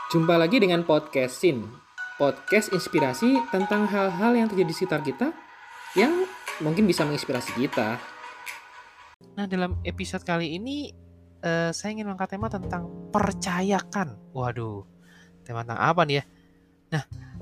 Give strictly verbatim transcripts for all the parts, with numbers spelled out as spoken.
Jumpa lagi dengan podcast Sin, podcast inspirasi tentang hal-hal yang terjadi di sekitar kita yang mungkin bisa menginspirasi kita. Nah, dalam episode kali ini eh, saya ingin mengangkat tema tentang percayakan. Waduh, tema tentang apa nih ya? Nah,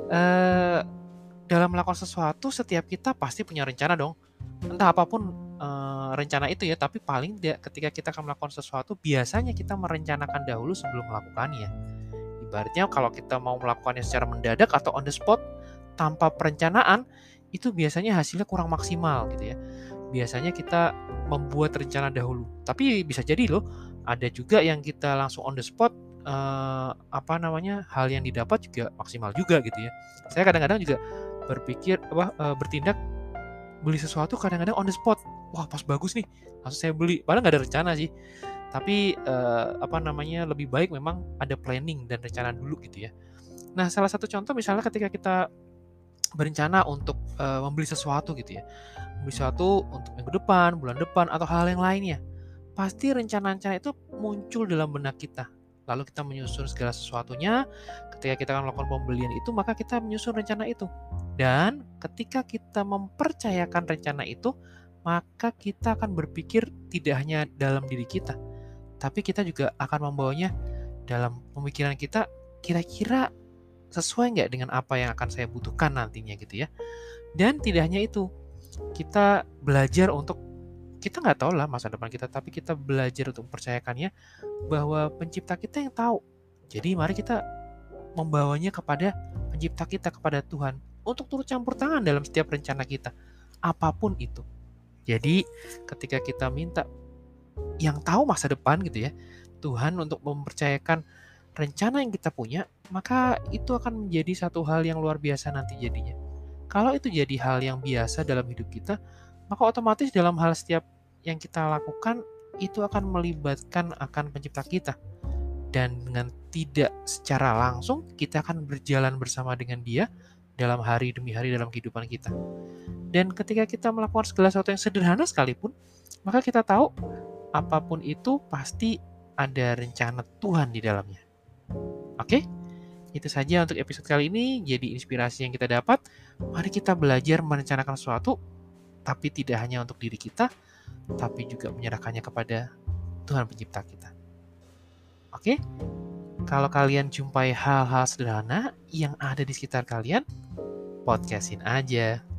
eh, dalam melakukan sesuatu, setiap kita pasti punya rencana dong. Entah apapun eh, rencana itu ya, tapi paling tidak ketika kita akan melakukan sesuatu, biasanya kita merencanakan dahulu sebelum melakukannya. Ibaratnya kalau kita mau melakukannya secara mendadak atau on the spot, tanpa perencanaan, itu biasanya hasilnya kurang maksimal gitu ya. Biasanya kita membuat rencana dahulu. Tapi bisa jadi loh, ada juga yang kita langsung on the spot, eh, apa namanya, hal yang didapat juga maksimal juga gitu ya. Saya kadang-kadang juga berpikir apa eh, bertindak beli sesuatu kadang-kadang on the spot. Wah, pas bagus nih, langsung saya beli. Padahal nggak ada rencana sih. Tapi eh, apa namanya, lebih baik memang ada planning dan rencana dulu gitu ya. Nah, salah satu contoh misalnya ketika kita berencana untuk eh, membeli sesuatu gitu ya. Membeli sesuatu untuk minggu depan, bulan depan, atau hal yang lainnya. Pasti rencana-rencana itu muncul dalam benak kita. Lalu kita menyusun segala sesuatunya. Ketika kita akan melakukan pembelian itu, maka kita menyusun rencana itu. Dan ketika kita mempercayakan rencana itu, maka kita akan berpikir tidak hanya dalam diri kita, tapi kita juga akan membawanya dalam pemikiran kita, kira-kira sesuai nggak dengan apa yang akan saya butuhkan nantinya gitu ya. Dan tidak hanya itu, kita belajar untuk, kita nggak tahu lah masa depan kita, tapi kita belajar untuk mempercayakannya bahwa pencipta kita yang tahu. Jadi mari kita membawanya kepada pencipta kita, kepada Tuhan, untuk turut campur tangan dalam setiap rencana kita, apapun itu. Jadi ketika kita minta yang tahu masa depan gitu ya, Tuhan untuk mempercayakan rencana yang kita punya, maka itu akan menjadi satu hal yang luar biasa nanti jadinya. Kalau itu jadi hal yang biasa dalam hidup kita, maka otomatis dalam hal setiap yang kita lakukan itu akan melibatkan akan pencipta kita. Dan dengan tidak secara langsung kita akan berjalan bersama dengan dia dalam hari demi hari dalam kehidupan kita. Dan ketika kita melakukan segala sesuatu yang sederhana sekalipun, maka kita tahu apapun itu pasti ada rencana Tuhan di dalamnya. Oke? Itu saja untuk episode kali ini. Jadi inspirasi yang kita dapat, mari kita belajar merencanakan sesuatu, tapi tidak hanya untuk diri kita, tapi juga menyerahkannya kepada Tuhan pencipta kita. Oke? Kalau kalian jumpai hal-hal sederhana yang ada di sekitar kalian, podcastin aja.